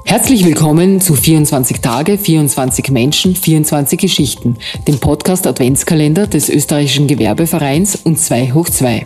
Herzlich willkommen zu 24 Tage, 24 Menschen, 24 Geschichten, dem Podcast Adventskalender des Österreichischen Gewerbevereins und 2hoch2.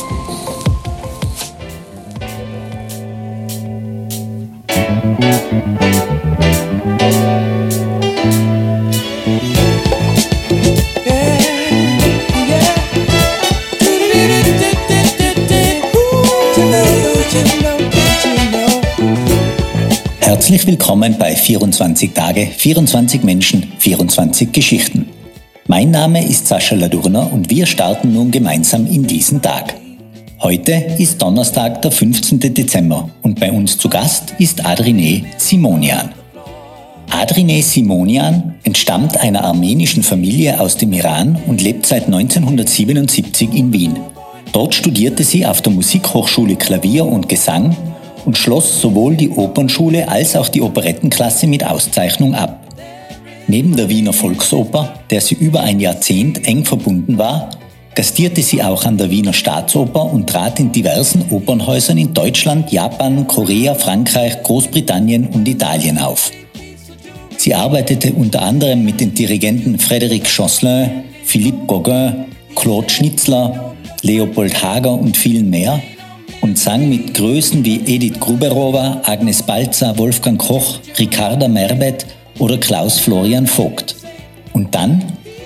Herzlich willkommen bei 24 Tage, 24 Menschen, 24 Geschichten. Mein Name ist Sascha Ladurner und wir starten nun gemeinsam in diesen Tag. Heute ist Donnerstag, der 15. Dezember und bei uns zu Gast ist Adrineh Simonian. Adrineh Simonian entstammt einer armenischen Familie aus dem Iran und lebt seit 1977 in Wien. Dort studierte sie auf der Musikhochschule Klavier und Gesang und schloss sowohl die Opernschule als auch die Operettenklasse mit Auszeichnung ab. Neben der Wiener Volksoper, der sie über ein Jahrzehnt eng verbunden war, gastierte sie auch an der Wiener Staatsoper und trat in diversen Opernhäusern in Deutschland, Japan, Korea, Frankreich, Großbritannien und Italien auf. Sie arbeitete unter anderem mit den Dirigenten Frédéric Josselin, Philippe Gauguin, Claude Schnitzler, Leopold Hager und vielen mehr und sang mit Größen wie Edith Gruberova, Agnes Balzer, Wolfgang Koch, Ricarda Merbet oder Klaus Florian Vogt. Und dann,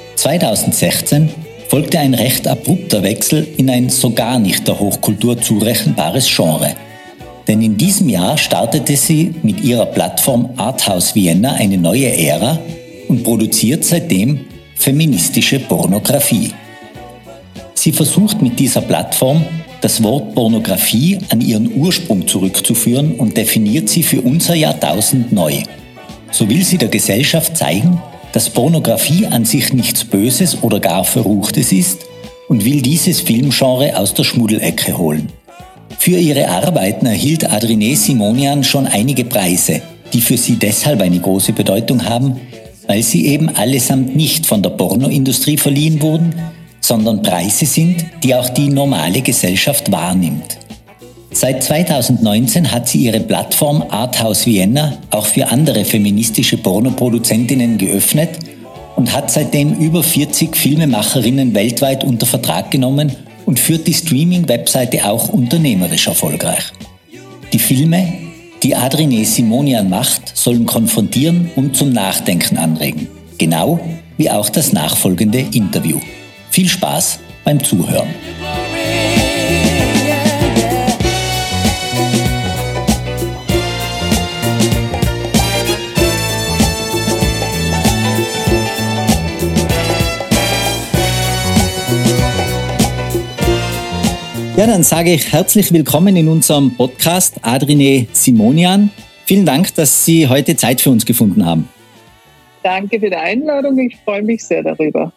2016, folgte ein recht abrupter Wechsel in ein so gar nicht der Hochkultur zurechenbares Genre. Denn in diesem Jahr startete sie mit ihrer Plattform Arthouse Vienna eine neue Ära und produziert seitdem feministische Pornografie. Sie versucht mit dieser Plattform, das Wort Pornografie an ihren Ursprung zurückzuführen und definiert sie für unser Jahrtausend neu. So will sie der Gesellschaft zeigen, dass Pornografie an sich nichts Böses oder gar Verruchtes ist und will dieses Filmgenre aus der Schmuddelecke holen. Für ihre Arbeiten erhielt Adrineh Simonian schon einige Preise, die für sie deshalb eine große Bedeutung haben, weil sie eben allesamt nicht von der Pornoindustrie verliehen wurden, sondern Preise sind, die auch die normale Gesellschaft wahrnimmt. Seit 2019 hat sie ihre Plattform Arthouse Vienna auch für andere feministische Pornoproduzentinnen geöffnet und hat seitdem über 40 Filmemacherinnen weltweit unter Vertrag genommen und führt die Streaming-Webseite auch unternehmerisch erfolgreich. Die Filme, die Adrineh Simonian macht, sollen konfrontieren und zum Nachdenken anregen. Genau wie auch das nachfolgende Interview. Viel Spaß beim Zuhören. Ja, dann sage ich herzlich willkommen in unserem Podcast Adrineh Simonian. Vielen Dank, dass Sie heute Zeit für uns gefunden haben. Danke für die Einladung, ich freue mich sehr darüber.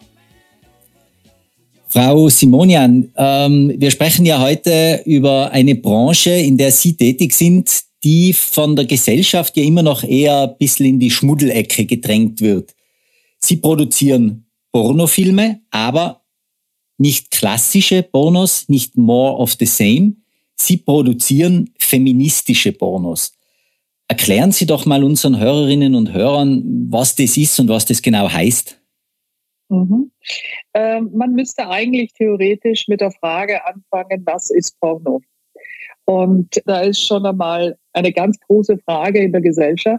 Frau Simonian, wir sprechen ja heute über eine Branche, in der Sie tätig sind, die von der Gesellschaft ja immer noch eher ein bisschen in die Schmuddelecke gedrängt wird. Sie produzieren Pornofilme, aber nicht klassische Pornos, nicht more of the same. Sie produzieren feministische Pornos. Erklären Sie doch mal unseren Hörerinnen und Hörern, was das ist und was das genau heißt. Man müsste eigentlich theoretisch mit der Frage anfangen, was ist Porno? Und da ist schon einmal eine ganz große Frage in der Gesellschaft,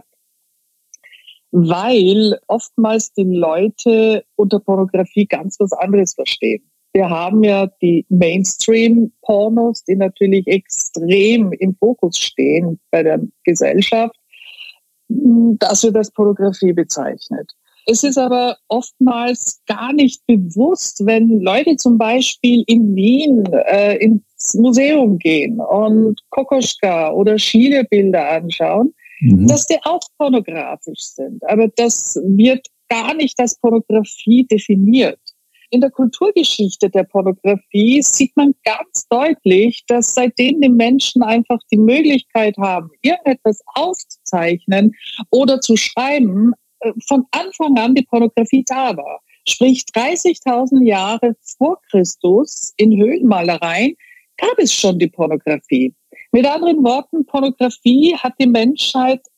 weil oftmals die Leute unter Pornografie ganz was anderes verstehen. Wir haben ja die Mainstream-Pornos, die natürlich extrem im Fokus stehen bei der Gesellschaft, dass wir das Pornografie bezeichnet. Es ist aber oftmals gar nicht bewusst, wenn Leute zum Beispiel in Wien ins Museum gehen und Kokoschka oder Schiele-Bilder anschauen, dass die auch pornografisch sind. Aber das wird gar nicht als Pornografie definiert. In der Kulturgeschichte der Pornografie sieht man ganz deutlich, dass seitdem die Menschen einfach die Möglichkeit haben, irgendetwas aufzuzeichnen oder zu schreiben, von Anfang an die Pornografie da war. Sprich 30.000 Jahre vor Christus in Höhlenmalereien gab es schon die Pornografie. Mit anderen Worten, Pornografie hat die Menschheit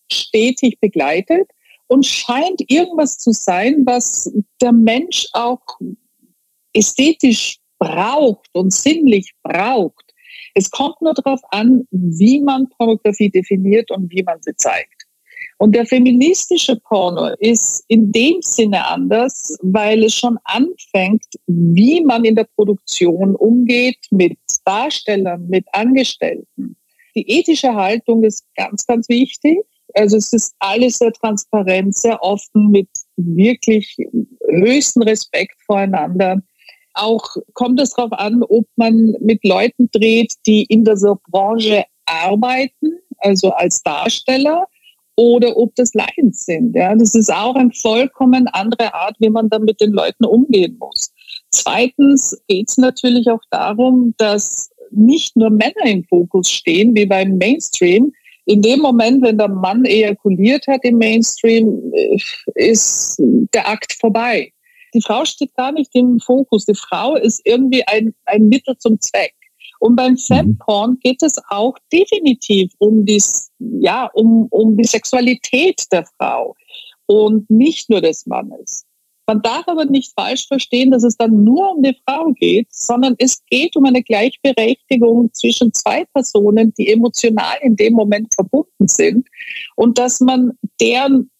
stetig begleitet und scheint irgendwas zu sein, was der Mensch auch ästhetisch braucht und sinnlich braucht. Es kommt nur darauf an, wie man Pornografie definiert und wie man sie zeigt. Und der feministische Porno ist in dem Sinne anders, weil es schon anfängt, wie man in der Produktion umgeht mit Darstellern, mit Angestellten. Die ethische Haltung ist ganz, ganz wichtig. Also es ist alles sehr transparent, sehr offen, mit wirklich höchstem Respekt voreinander. Auch kommt es darauf an, ob man mit Leuten dreht, die in dieser Branche arbeiten, also als Darsteller, oder ob das Laien sind. Ja, das ist auch eine vollkommen andere Art, wie man dann mit den Leuten umgehen muss. Zweitens geht es natürlich auch darum, dass nicht nur Männer im Fokus stehen, wie beim Mainstream. In dem Moment, wenn der Mann ejakuliert hat im Mainstream, ist der Akt vorbei. Die Frau steht gar nicht im Fokus. Die Frau ist irgendwie ein Mittel zum Zweck. Und beim Femporn geht es auch definitiv um die Sexualität der Frau und nicht nur des Mannes. Man darf aber nicht falsch verstehen, dass es dann nur um die Frau geht, sondern es geht um eine Gleichberechtigung zwischen zwei Personen, die emotional in dem Moment verbunden sind und dass man deren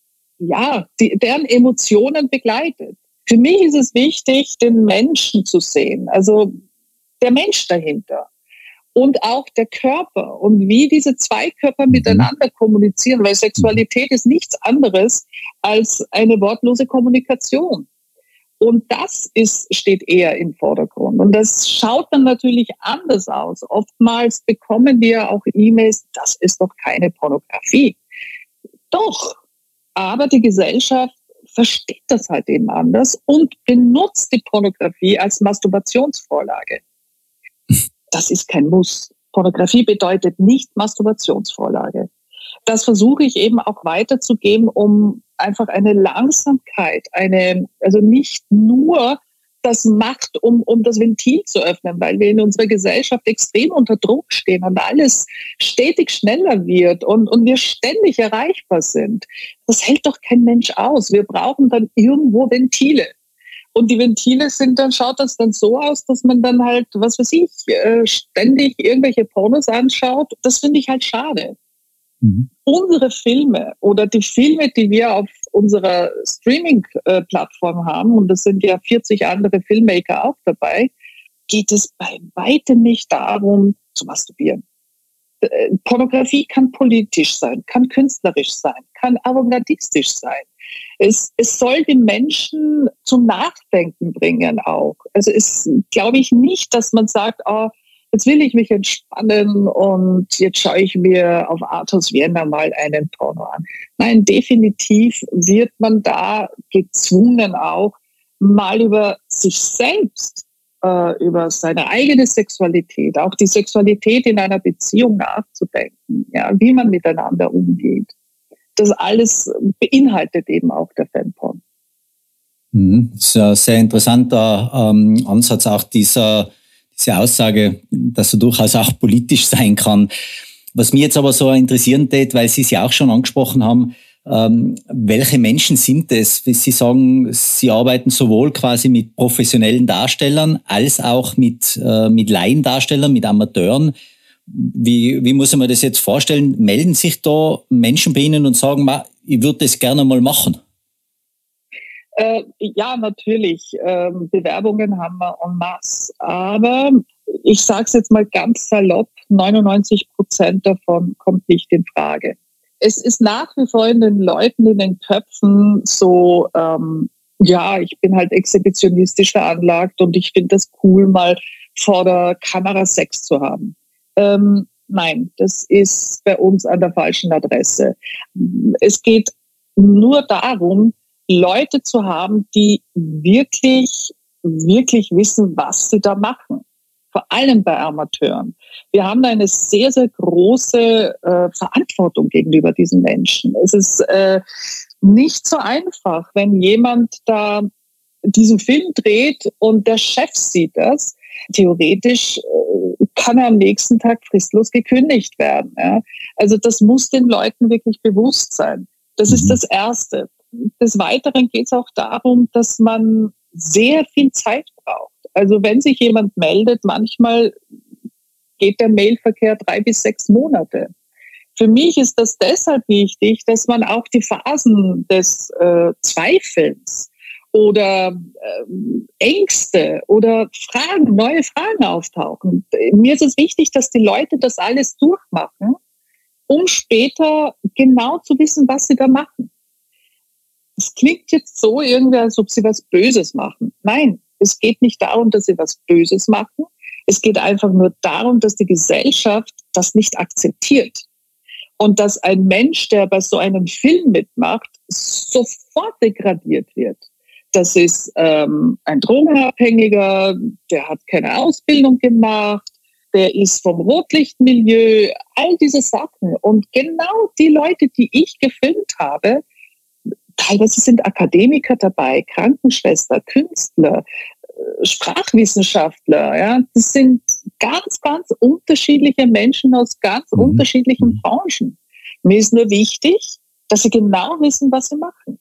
Emotionen begleitet. Für mich ist es wichtig, den Menschen zu sehen, also der Mensch dahinter und auch der Körper und wie diese zwei Körper miteinander kommunizieren, weil Sexualität ist nichts anderes als eine wortlose Kommunikation. Und das steht eher im Vordergrund. Und das schaut dann natürlich anders aus. Oftmals bekommen wir auch E-Mails, das ist doch keine Pornografie. Doch, aber die Gesellschaft versteht das halt eben anders und benutzt die Pornografie als Masturbationsvorlage. Das ist kein Muss. Pornografie bedeutet nicht Masturbationsvorlage. Das versuche ich eben auch weiterzugeben, um einfach eine Langsamkeit, also nicht nur das macht, um das Ventil zu öffnen, weil wir in unserer Gesellschaft extrem unter Druck stehen und alles stetig schneller wird und wir ständig erreichbar sind. Das hält doch kein Mensch aus. Wir brauchen dann irgendwo Ventile. Und die Ventile schaut das dann so aus, dass man dann halt, ständig irgendwelche Pornos anschaut. Das finde ich halt schade. Unsere Filme oder die Filme, die wir auf unserer Streaming-Plattform haben, und das sind ja 40 andere Filmmaker auch dabei, geht es bei weitem nicht darum, zu masturbieren. Pornografie kann politisch sein, kann künstlerisch sein, kann avantgardistisch sein. Es soll die Menschen zum Nachdenken bringen auch. Also es glaube ich nicht, dass man sagt, jetzt will ich mich entspannen und jetzt schaue ich mir auf Artus Vienna mal einen Porno an. Nein, definitiv wird man da gezwungen auch mal über sich selbst, über seine eigene Sexualität, auch die Sexualität in einer Beziehung nachzudenken, ja, wie man miteinander umgeht. Das alles beinhaltet eben auch der Femporn. Das ist ein sehr interessanter Ansatz, auch diese Aussage, dass er durchaus auch politisch sein kann. Was mich jetzt aber so interessieren tät, weil Sie es ja auch schon angesprochen haben, welche Menschen sind es? Sie sagen, Sie arbeiten sowohl quasi mit professionellen Darstellern als auch mit Laiendarstellern, mit Amateuren. Wie muss ich mir das jetzt vorstellen? Melden sich da Menschen bei Ihnen und sagen, ich würde das gerne mal machen? Ja, natürlich. Bewerbungen haben wir en masse. Aber ich sage es jetzt mal ganz salopp, 99% davon kommt nicht in Frage. Es ist nach wie vor in den Leuten, in den Köpfen so, ich bin halt exhibitionistisch veranlagt und ich finde das cool, mal vor der Kamera Sex zu haben. Nein, das ist bei uns an der falschen Adresse. Es geht nur darum, Leute zu haben, die wirklich, wirklich wissen, was sie da machen. Vor allem bei Amateuren. Wir haben da eine sehr, sehr große Verantwortung gegenüber diesen Menschen. Es ist nicht so einfach, wenn jemand da diesen Film dreht und der Chef sieht das, Theoretisch kann er am nächsten Tag fristlos gekündigt werden. Ja. Also das muss den Leuten wirklich bewusst sein. Das ist das Erste. Des Weiteren geht es auch darum, dass man sehr viel Zeit braucht. Also wenn sich jemand meldet, manchmal geht der Mailverkehr 3 bis 6 Monate. Für mich ist das deshalb wichtig, dass man auch die Phasen des Zweifelns oder Ängste oder Fragen, neue Fragen auftauchen. Mir ist es wichtig, dass die Leute das alles durchmachen, um später genau zu wissen, was sie da machen. Es klingt jetzt so irgendwie, als ob sie was Böses machen. Nein, es geht nicht darum, dass sie was Böses machen. Es geht einfach nur darum, dass die Gesellschaft das nicht akzeptiert. Und dass ein Mensch, der bei so einem Film mitmacht, sofort degradiert wird. Das ist ein Drogenabhängiger, der hat keine Ausbildung gemacht, der ist vom Rotlichtmilieu, all diese Sachen. Und genau die Leute, die ich gefilmt habe, teilweise sind Akademiker dabei, Krankenschwester, Künstler, Sprachwissenschaftler. Ja, das sind ganz, ganz unterschiedliche Menschen aus ganz unterschiedlichen Branchen. Mir ist nur wichtig, dass sie genau wissen, was sie machen.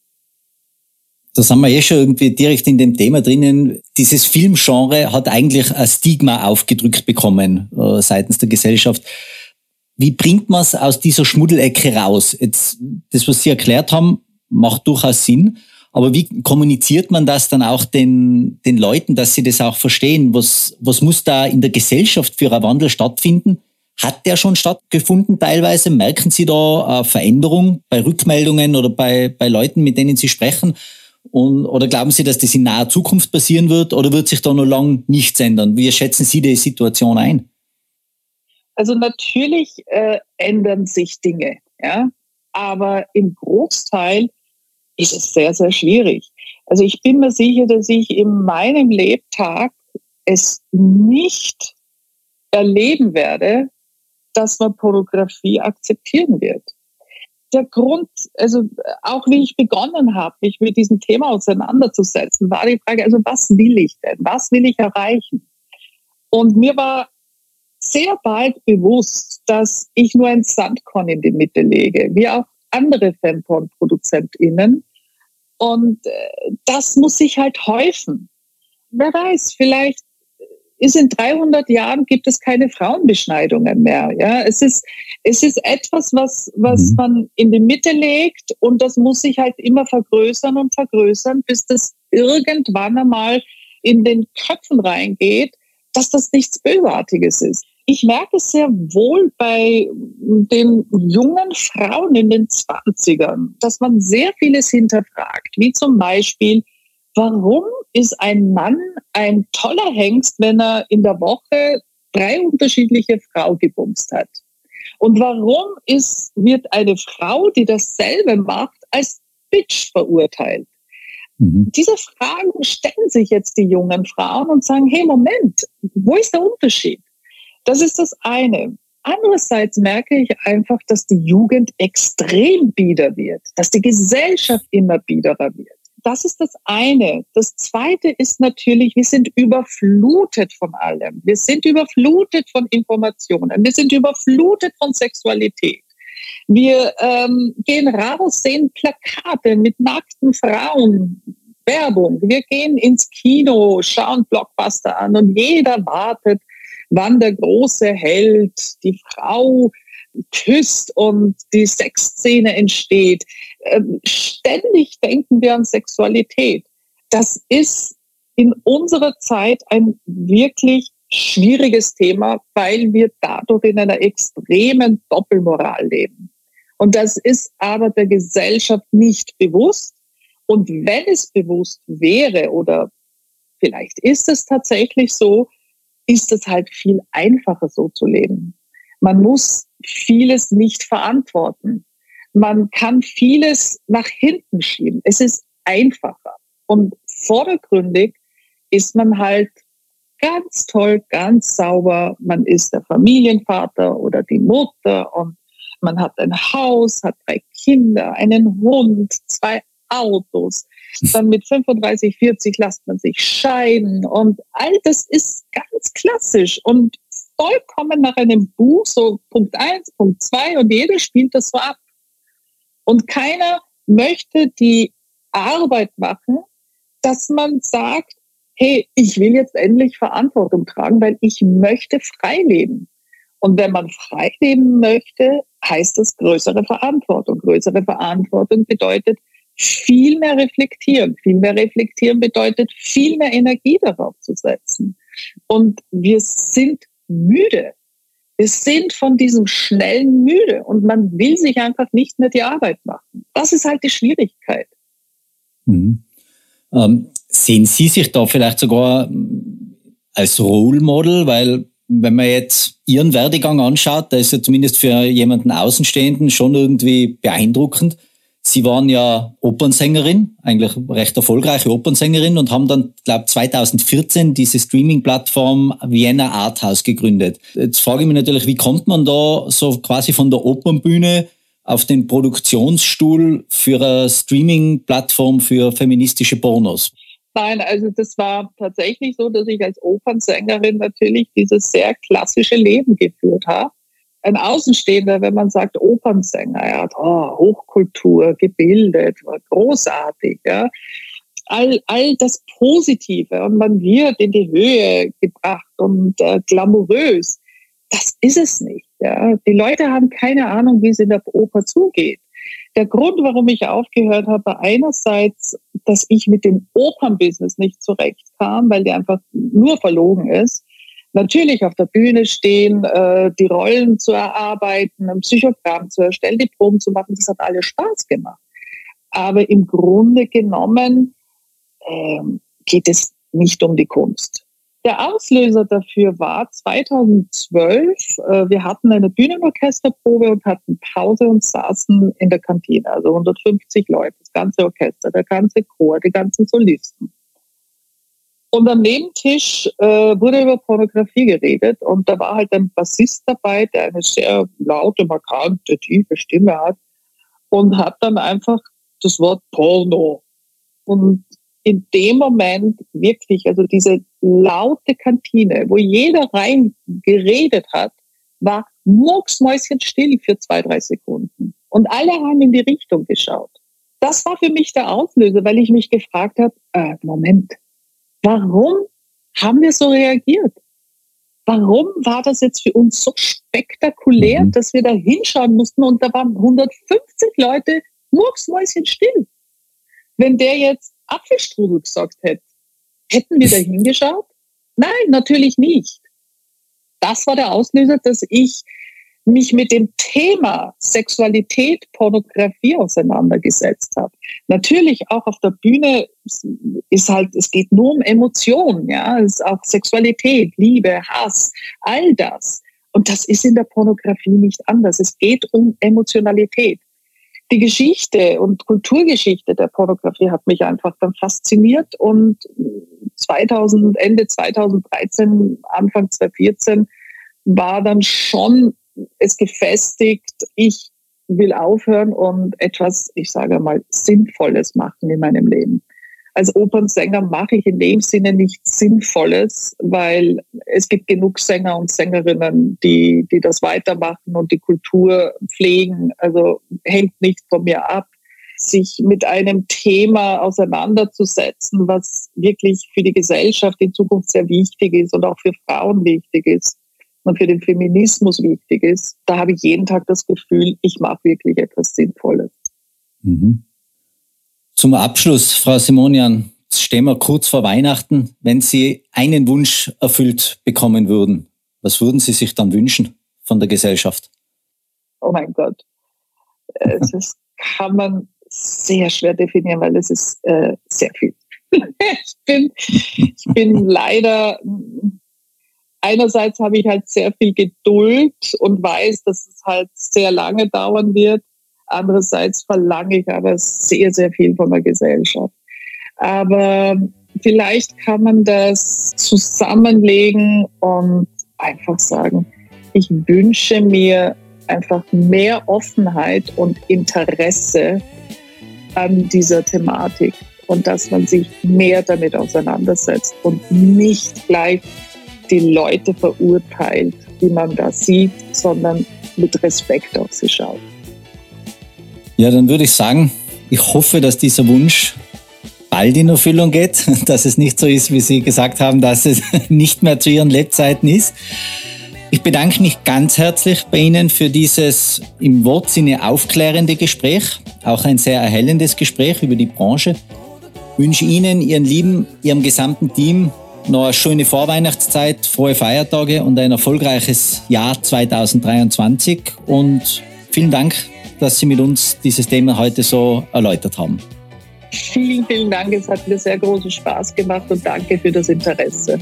Da sind wir schon irgendwie direkt in dem Thema drinnen. Dieses Filmgenre hat eigentlich ein Stigma aufgedrückt bekommen seitens der Gesellschaft. Wie bringt man es aus dieser Schmuddelecke raus? Jetzt, das, was Sie erklärt haben, macht durchaus Sinn. Aber wie kommuniziert man das dann auch den Leuten, dass sie das auch verstehen? Was muss da in der Gesellschaft für ein Wandel stattfinden? Hat der schon stattgefunden teilweise? Merken Sie da eine Veränderung bei Rückmeldungen oder bei Leuten, mit denen Sie sprechen? Oder glauben Sie, dass das in naher Zukunft passieren wird? Oder wird sich da noch lange nichts ändern? Wie schätzen Sie die Situation ein? Also natürlich ändern sich Dinge, ja, aber im Großteil ist es sehr, sehr schwierig. Also ich bin mir sicher, dass ich in meinem Lebtag es nicht erleben werde, dass man Pornografie akzeptieren wird. Der Grund, also auch wie ich begonnen habe, mich mit diesem Thema auseinanderzusetzen, war die Frage, also was will ich denn? Was will ich erreichen? Und mir war sehr bald bewusst, dass ich nur ein Sandkorn in die Mitte lege, wie auch andere Femporn-ProduzentInnen. Und das muss sich halt häufen. Wer weiß, vielleicht ist in 300 Jahren gibt es keine Frauenbeschneidungen mehr. Ja, es ist etwas, was man in die Mitte legt, und das muss sich halt immer vergrößern und vergrößern, bis das irgendwann einmal in den Köpfen reingeht, dass das nichts Bösartiges ist. Ich merke es sehr wohl bei den jungen Frauen in den 20ern, dass man sehr vieles hinterfragt, wie zum Beispiel, warum ist ein Mann ein toller Hengst, wenn er in der Woche 3 unterschiedliche Frauen gebumst hat? Und warum wird eine Frau, die dasselbe macht, als Bitch verurteilt? Diese Fragen stellen sich jetzt die jungen Frauen und sagen, hey, Moment, wo ist der Unterschied? Das ist das eine. Andererseits merke ich einfach, dass die Jugend extrem bieder wird, dass die Gesellschaft immer biederer wird. Das ist das eine. Das zweite ist natürlich, wir sind überflutet von allem. Wir sind überflutet von Informationen. Wir sind überflutet von Sexualität. Wir gehen raus, sehen Plakate mit nackten Frauen, Werbung. Wir gehen ins Kino, schauen Blockbuster an und jeder wartet, wann der große Held die Frau küsst und die Sexszene entsteht. Ständig denken wir an Sexualität. Das ist in unserer Zeit ein wirklich schwieriges Thema, weil wir dadurch in einer extremen Doppelmoral leben. Und das ist aber der Gesellschaft nicht bewusst. Und wenn es bewusst wäre, oder vielleicht ist es tatsächlich so, ist es halt viel einfacher, so zu leben. Man muss vieles nicht verantworten. Man kann vieles nach hinten schieben. Es ist einfacher. Und vordergründig ist man halt ganz toll, ganz sauber. Man ist der Familienvater oder die Mutter und man hat ein Haus, hat 3 Kinder, einen Hund, 2 Autos. Dann mit 35, 40 lässt man sich scheiden und all das ist ganz klassisch und vollkommen nach einem Buch, so Punkt 1, Punkt 2 und jeder spielt das so ab. Und keiner möchte die Arbeit machen, dass man sagt, hey, ich will jetzt endlich Verantwortung tragen, weil ich möchte frei leben. Und wenn man frei leben möchte, heißt das größere Verantwortung. Größere Verantwortung bedeutet viel mehr reflektieren. Viel mehr reflektieren bedeutet, viel mehr Energie darauf zu setzen. Und wir sind müde. Wir sind von diesem Schnellen müde und man will sich einfach nicht mehr die Arbeit machen. Das ist halt die Schwierigkeit. Mhm. Sehen Sie sich da vielleicht sogar als Role Model? Weil wenn man jetzt Ihren Werdegang anschaut, der ist ja zumindest für jemanden Außenstehenden schon irgendwie beeindruckend. Sie waren ja Opernsängerin, eigentlich recht erfolgreiche Opernsängerin und haben dann, glaube 2014 diese Streaming-Plattform Vienna Art House gegründet. Jetzt frage ich mich natürlich, wie kommt man da so quasi von der Opernbühne auf den Produktionsstuhl für eine Streaming-Plattform für feministische Pornos? Nein, also das war tatsächlich so, dass ich als Opernsängerin natürlich dieses sehr klassische Leben geführt habe. Ein Außenstehender, wenn man sagt Opernsänger, er hat Hochkultur, gebildet, großartig, ja. All das Positive und man wird in die Höhe gebracht und glamourös. Das ist es nicht. Ja. Die Leute haben keine Ahnung, wie es in der Oper zugeht. Der Grund, warum ich aufgehört habe, war einerseits, dass ich mit dem Opernbusiness nicht zurechtkam, weil der einfach nur verlogen ist. Natürlich auf der Bühne stehen, die Rollen zu erarbeiten, ein Psychogramm zu erstellen, die Proben zu machen, das hat alles Spaß gemacht. Aber im Grunde genommen geht es nicht um die Kunst. Der Auslöser dafür war 2012, wir hatten eine Bühnenorchesterprobe und hatten Pause und saßen in der Kantine, also 150 Leute, das ganze Orchester, der ganze Chor, die ganzen Solisten. Und am Nebentisch wurde über Pornografie geredet und da war halt ein Bassist dabei, der eine sehr laute, markante, tiefe Stimme hat und hat dann einfach das Wort Porno. Und in dem Moment wirklich, also diese laute Kantine, wo jeder rein geredet hat, war mucksmäuschenstill für 2-3 Sekunden. Und alle haben in die Richtung geschaut. Das war für mich der Auslöser, weil ich mich gefragt habe, Moment, warum haben wir so reagiert? Warum war das jetzt für uns so spektakulär, dass wir da hinschauen mussten und da waren 150 Leute mucksmäuschenstill? Wenn der jetzt Apfelstrudel gesagt hätte, hätten wir da hingeschaut? Nein, natürlich nicht. Das war der Auslöser, dass ich mich mit dem Thema Sexualität, Pornografie auseinandergesetzt habe. Natürlich auch auf der Bühne ist halt, es geht nur um Emotionen, ja, es ist auch Sexualität, Liebe, Hass, all das. Und das ist in der Pornografie nicht anders. Es geht um Emotionalität. Die Geschichte und Kulturgeschichte der Pornografie hat mich einfach dann fasziniert und Ende 2013, Anfang 2014 war dann schon es gefestigt, ich will aufhören und etwas, ich sage mal, Sinnvolles machen in meinem Leben. Als Opernsänger mache ich in dem Sinne nichts Sinnvolles, weil es gibt genug Sänger und Sängerinnen, die das weitermachen und die Kultur pflegen. Also hängt nicht von mir ab, sich mit einem Thema auseinanderzusetzen, was wirklich für die Gesellschaft in Zukunft sehr wichtig ist und auch für Frauen wichtig ist und für den Feminismus wichtig ist. Da habe ich jeden Tag das Gefühl, ich mache wirklich etwas Sinnvolles. Mhm. Zum Abschluss, Frau Simonian, jetzt stehen wir kurz vor Weihnachten. Wenn Sie einen Wunsch erfüllt bekommen würden, was würden Sie sich dann wünschen von der Gesellschaft? Oh mein Gott. Das kann man sehr schwer definieren, weil es ist sehr viel. Ich bin leider, einerseits habe ich halt sehr viel Geduld und weiß, dass es halt sehr lange dauern wird. Andererseits verlange ich aber sehr, sehr viel von der Gesellschaft. Aber vielleicht kann man das zusammenlegen und einfach sagen, ich wünsche mir einfach mehr Offenheit und Interesse an dieser Thematik und dass man sich mehr damit auseinandersetzt und nicht gleich die Leute verurteilt, die man da sieht, sondern mit Respekt auf sie schaut. Ja, dann würde ich sagen, ich hoffe, dass dieser Wunsch bald in Erfüllung geht, dass es nicht so ist, wie Sie gesagt haben, dass es nicht mehr zu Ihren Lebzeiten ist. Ich bedanke mich ganz herzlich bei Ihnen für dieses im Wortsinne aufklärende Gespräch, auch ein sehr erhellendes Gespräch über die Branche. Ich wünsche Ihnen, Ihren Lieben, Ihrem gesamten Team noch eine schöne Vorweihnachtszeit, frohe Feiertage und ein erfolgreiches Jahr 2023. Und vielen Dank, dass Sie mit uns dieses Thema heute so erläutert haben. Vielen, vielen Dank. Es hat mir sehr großen Spaß gemacht und danke für das Interesse.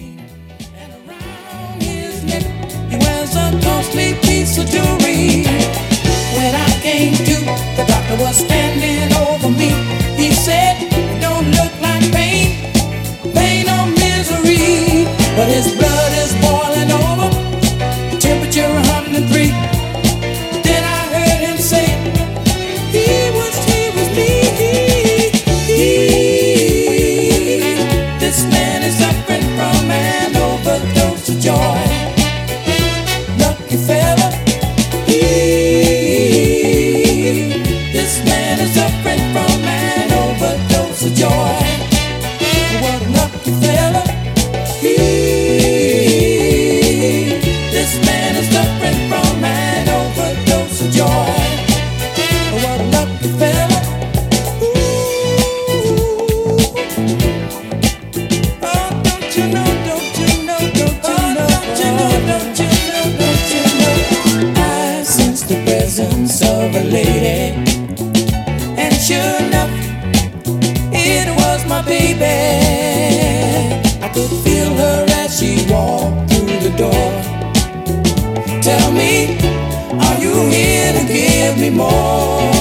Tell me, are you here to give me more?